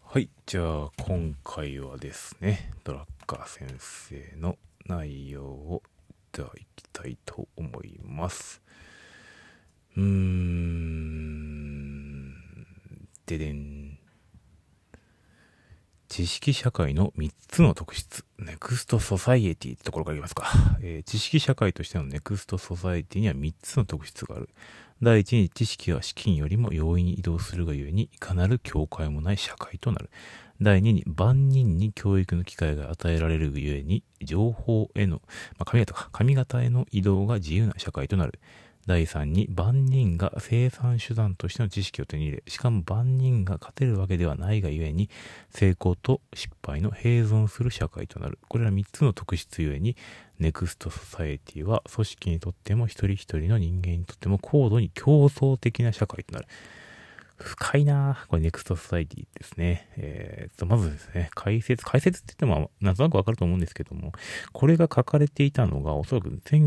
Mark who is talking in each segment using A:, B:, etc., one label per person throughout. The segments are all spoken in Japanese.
A: はい。じゃあ、今回はですね、ドラッカー先生の内容をいただきたいと思います。ででん。知識社会の3つの特質。ネクストソサイエティってところからいきますか。知識社会としてのネクストソサエティには3つの特質がある。第一に、知識は資金よりも容易に移動するがゆえに、いかなる境界もない社会となる。第二に、万人に教育の機会が与えられるゆえに、情報への、髪型への移動が自由な社会となる。第三に、万人が生産手段としての知識を手に入れ、しかも万人が勝てるわけではないがゆえに、成功と失敗の併存する社会となる。これら3つの特質ゆえに、ネクストソサエティは組織にとっても一人一人の人間にとっても高度に競争的な社会となる。深いなぁ。これネクストソサエティですね。まずですね、解説って言ってもなんとなくわかると思うんですけども、これが書かれていたのがおそらく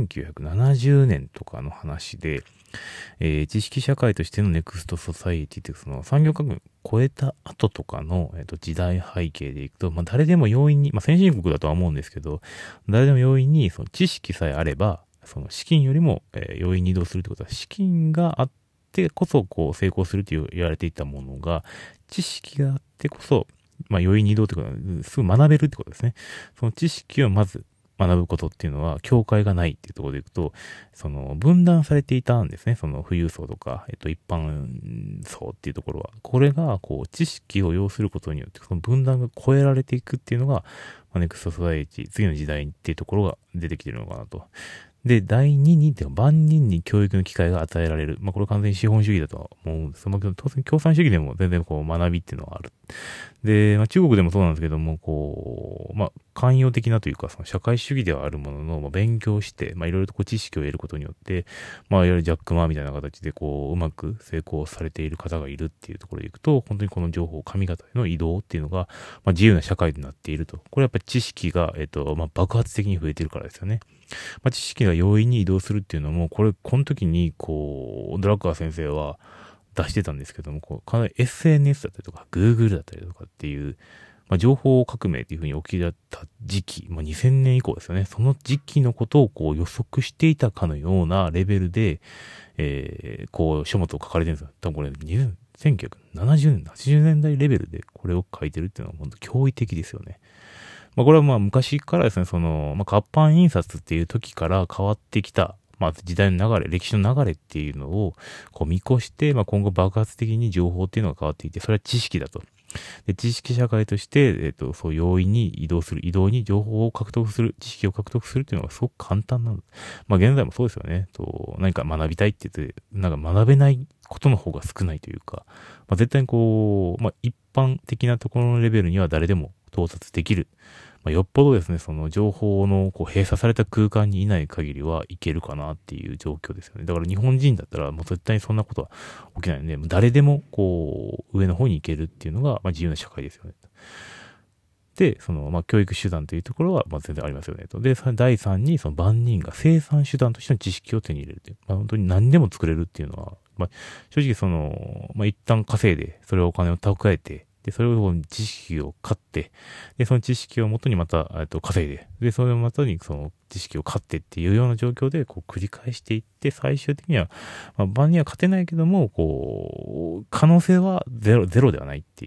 A: 1970年とかの話で、知識社会としてのネクストソサエティっていうその産業革命を超えた後とかの、時代背景でいくと、誰でも容易に、先進国だとは思うんですけど、誰でも容易にその知識さえあれば、その資金よりも、容易に移動するってことは、資金があってこそこう成功すると言われていたものが、知識があってこそ、容易に移動ってことは、すぐ学べるってことですね。その知識をまず学ぶことっていうのは、境界がないっていうところでいくと、その分断されていたんですね。その富裕層とか、一般層っていうところは。これが、知識を要することによって、その分断が超えられていくっていうのが、ネクストソサエティ、次の時代っていうところが出てきてるのかなと。で、第二に、万人に教育の機会が与えられる。これ完全に資本主義だとは思うんです。当然共産主義でも全然学びっていうのはある。で、中国でもそうなんですけども、寛容的なというか、その社会主義ではあるものの、勉強して、いろいろと知識を得ることによって、いわゆるジャック・マーみたいな形で、うまく成功されている方がいるっていうところでいくと、本当にこの情報、髪型への移動っていうのが、自由な社会になっていると。これやっぱり知識が、爆発的に増えているからですよね。知識が容易に移動するっていうのも、この時に、ドラッカー先生は出してたんですけども、かなり SNS だったりとか、Google だったりとかっていう、情報革命っていう風に起きだった時期、2000年以降ですよね。その時期のことを予測していたかのようなレベルで、書物を書かれてるんですよ。多分これ、1970年、80年代レベルでこれを書いてるっていうのは本当驚異的ですよね。これは昔からですね、活版印刷っていう時から変わってきた、時代の流れ、歴史の流れっていうのを見越して、今後爆発的に情報っていうのが変わっていて、それは知識だと。で、知識社会として、そう容易に移動する、移動に情報を獲得する、知識を獲得するっていうのがすごく簡単なの。現在もそうですよね。何か学びたいって言って、学べないことの方が少ないというか、絶対に一般的なところのレベルには誰でも到達できる。よっぽどですね、その情報の閉鎖された空間にいない限りはいけるかなっていう状況ですよね。だから日本人だったらもう絶対にそんなことは起きないので、誰でも上の方に行けるっていうのが自由な社会ですよね。で、教育手段というところは全然ありますよねと。で、第三に万人が生産手段としての知識を手に入れるっていう。本当に何でも作れるっていうのは、正直一旦稼いで、それをお金を蓄えて、で、それを知識を買って、で、その知識をもとにまた、稼いで、で、それをもとにその知識を買ってっていうような状況で、繰り返していって、最終的には、場には勝てないけども、可能性はゼロではないっていう、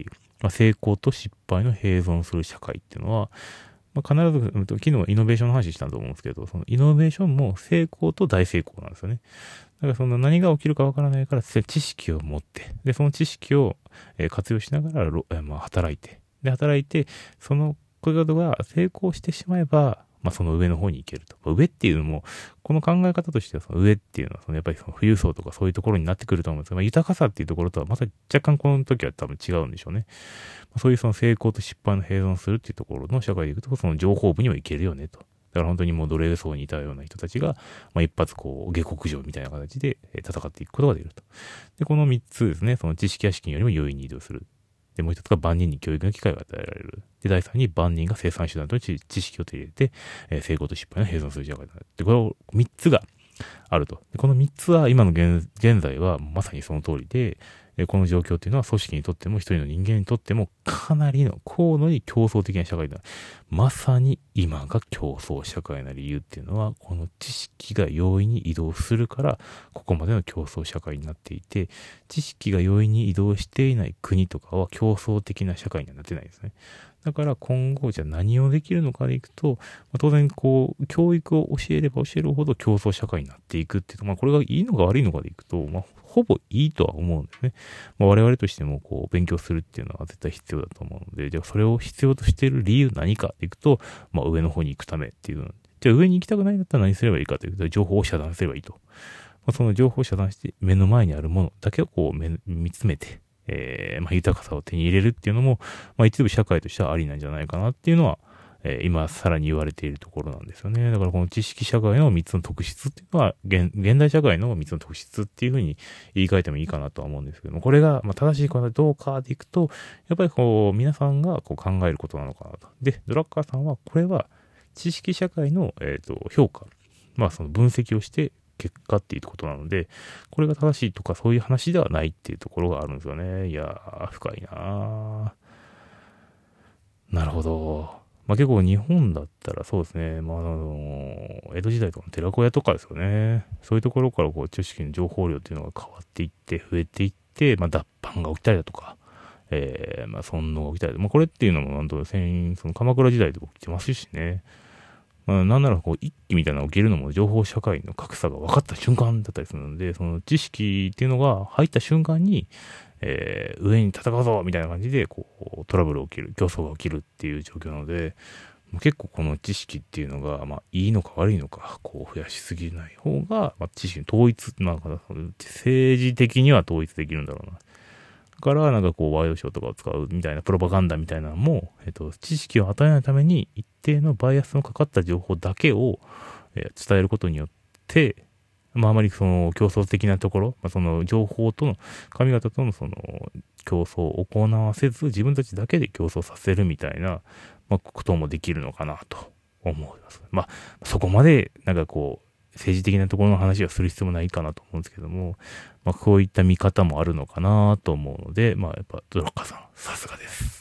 A: 成功と失敗の併存する社会っていうのは、必ず、昨日はイノベーションの話したと思うんですけど、そのイノベーションも成功と大成功なんですよね。だから何が起きるかわからないから、知識を持って、で、その知識を活用しながら、働いて、で、働いて、そのことが成功してしまえば、その上の方に行けると。上っていうのも、この考え方としては、その上っていうのは、やっぱり富裕層とかそういうところになってくると思うんですが、豊かさっていうところとは、また若干この時は多分違うんでしょうね。そういう成功と失敗の併存するっていうところの社会でいくと、その情報部にも行けるよねと。だから本当にもう奴隷層にいたような人たちが、一発下克上みたいな形で戦っていくことができると。で、この3つですね、その知識や資金よりも容易に移動する。で、もう一つが万人に教育の機会が与えられる。で、第三に万人が生産手段と知識を手に入れて、成功と失敗の併存する社会になる。で、この3つがあると。でこの3つは今の現在はまさにその通りで、 この状況っていうのは組織にとっても一人の人間にとってもかなりの高度に競争的な社会だ。まさに今が競争社会な理由っていうのは、この知識が容易に移動するから、ここまでの競争社会になっていて、知識が容易に移動していない国とかは競争的な社会にはなってないですね。だから今後じゃあ何をできるのかでいくと、当然こう、教育を教えれば教えるほど競争社会になっていくっていうと、これがいいのか悪いのかでいくと、ほぼいいとは思うんですね。我々としてもこう勉強するっていうのは絶対必要だと思うので、じゃあそれを必要としている理由何かっていくと、上の方に行くためっていう。じゃあ上に行きたくないんだったら何すればいいかというと、情報を遮断すればいいと。その情報を遮断して目の前にあるものだけをこう見つめて、豊かさを手に入れるっていうのも、一部社会としてはありなんじゃないかなっていうのは、今さらに言われているところなんですよね。だからこの知識社会の3つの特質っていうのは、現代社会の3つの特質っていうふうに言い換えてもいいかなとは思うんですけども、これが正しいかどうかでいくと、やっぱりこう皆さんがこう考えることなのかなと。で、ドラッカーさんはこれは知識社会の、評価、その分析をして結果っていうことなので、これが正しいとかそういう話ではないっていうところがあるんですよね。いやー、深いなー。なるほど。結構日本だったらそうですね。江戸時代とかの寺子屋とかですよね。そういうところからこう知識の情報量っていうのが変わっていって、増えていって、脱藩が起きたりだとか、尊王が起きたり、これっていうのもその鎌倉時代で起きてますしね。なんならこう一揆みたいなのが起きるのも情報社会の格差が分かった瞬間だったりするので、その知識っていうのが入った瞬間に、上に戦うぞみたいな感じでこうトラブルが起きる、競争が起きるっていう状況なので、結構この知識っていうのが、いいのか悪いのか、こう増やしすぎない方が、知識の統一、政治的には統一できるんだろうな。だからワイドショーとかを使うみたいなプロパガンダみたいなのも、知識を与えないために一定のバイアスのかかった情報だけを、伝えることによって、あまりその競争的なところ、その情報との、神々とのその競争を行わせず、自分たちだけで競争させるみたいな、こともできるのかなと思います。そこまで、政治的なところの話はする必要もないかなと思うんですけども、こういった見方もあるのかなと思うので、やっぱドラッカーさん、さすがです。